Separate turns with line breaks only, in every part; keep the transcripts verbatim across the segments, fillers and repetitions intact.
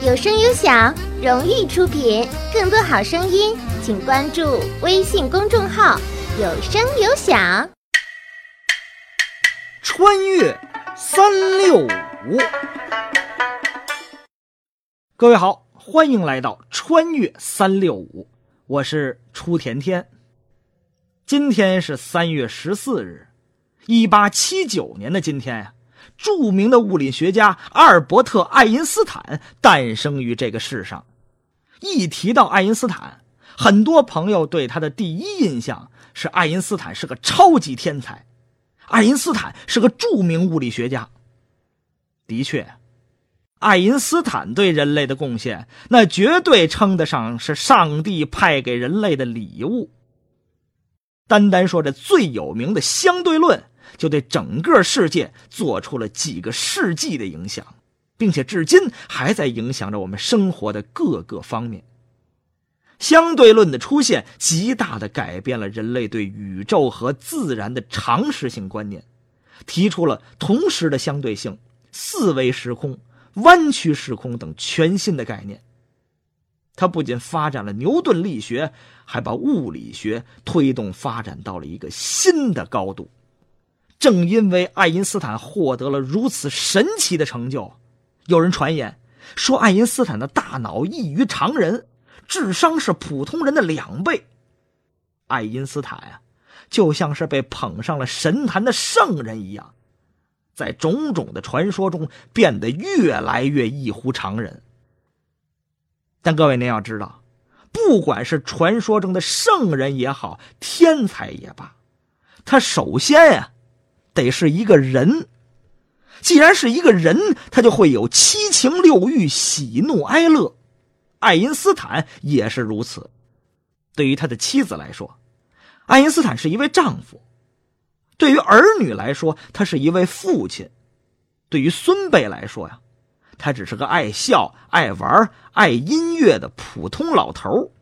有声有响，荣誉出品。更多好声音，请关注微信公众号“有声有响”。
穿越三六五，各位好，欢迎来到穿越三六五，我是初甜甜。今天是三月十四日，一八七九年的今天呀、啊，著名的物理学家阿尔伯特·爱因斯坦诞生于这个世上。一提到爱因斯坦，很多朋友对他的第一印象是爱因斯坦是个超级天才，爱因斯坦是个著名物理学家。的确，爱因斯坦对人类的贡献，那绝对称得上是上帝派给人类的礼物。单单说这最有名的相对论，就对整个世界做出了几个世纪的影响，并且至今还在影响着我们生活的各个方面。相对论的出现，极大地改变了人类对宇宙和自然的常识性观念，提出了同时的相对性、四维时空、弯曲时空等全新的概念。它不仅发展了牛顿力学，还把物理学推动发展到了一个新的高度。正因为爱因斯坦获得了如此神奇的成就，有人传言说爱因斯坦的大脑异于常人，智商是普通人的两倍。爱因斯坦啊，就像是被捧上了神坛的圣人一样，在种种的传说中变得越来越异乎常人。但各位您要知道，不管是传说中的圣人也好，天才也罢，他首先呀、啊得是一个人。既然是一个人，他就会有七情六欲、喜怒哀乐。爱因斯坦也是如此。对于他的妻子来说，爱因斯坦是一位丈夫；对于儿女来说，他是一位父亲；对于孙辈来说呀，他只是个爱笑、爱玩、爱音乐的普通老头。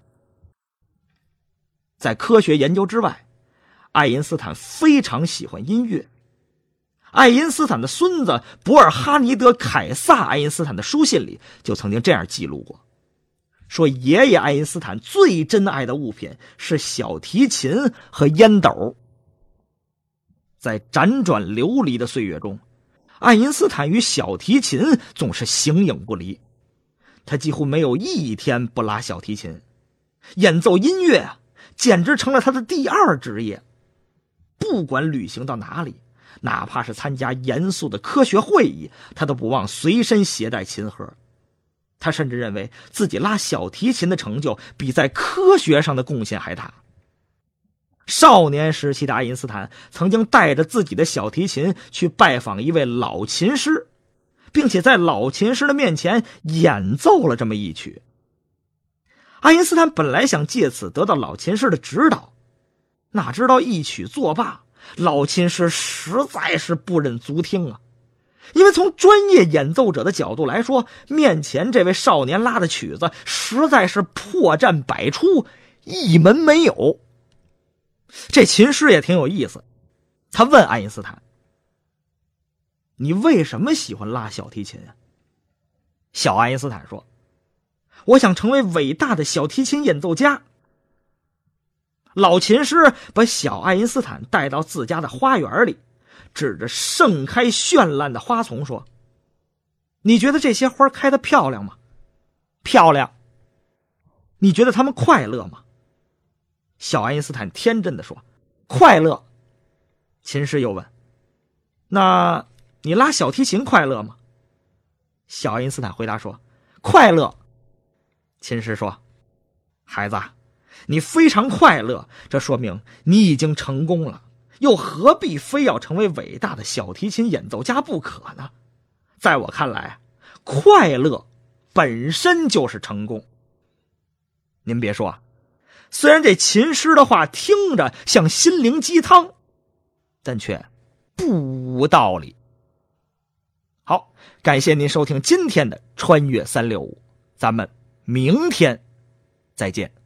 在科学研究之外，爱因斯坦非常喜欢音乐。爱因斯坦的孙子博尔哈尼德·凯撒·爱因斯坦的书信里就曾经这样记录过，说爷爷爱因斯坦最珍爱的物品是小提琴和烟斗。在辗转流离的岁月中，爱因斯坦与小提琴总是形影不离，他几乎没有一天不拉小提琴，演奏音乐啊，简直成了他的第二职业。不管旅行到哪里，哪怕是参加严肃的科学会议，他都不忘随身携带琴盒。他甚至认为自己拉小提琴的成就比在科学上的贡献还大。少年时期的爱因斯坦曾经带着自己的小提琴去拜访一位老琴师，并且在老琴师的面前演奏了这么一曲。爱因斯坦本来想借此得到老琴师的指导，哪知道一曲作罢，老琴师实在是不忍足听啊。因为从专业演奏者的角度来说，面前这位少年拉的曲子实在是破绽百出，一门没有。这琴师也挺有意思，他问爱因斯坦：“你为什么喜欢拉小提琴啊？”小爱因斯坦说：“我想成为伟大的小提琴演奏家。”老琴师把小爱因斯坦带到自家的花园里，指着盛开绚烂的花丛说：“你觉得这些花开得漂亮吗？”“漂亮。”“你觉得它们快乐吗？”小爱因斯坦天真地说：“快乐。”琴师又问：“那你拉小提琴快乐吗？”小爱因斯坦回答说：“快乐。”琴师说：“孩子，你非常快乐，这说明你已经成功了，又何必非要成为伟大的小提琴演奏家不可呢？在我看来，快乐本身就是成功。”您别说，虽然这琴师的话听着像心灵鸡汤，但却不无道理。好，感谢您收听今天的穿越三六五，咱们明天再见。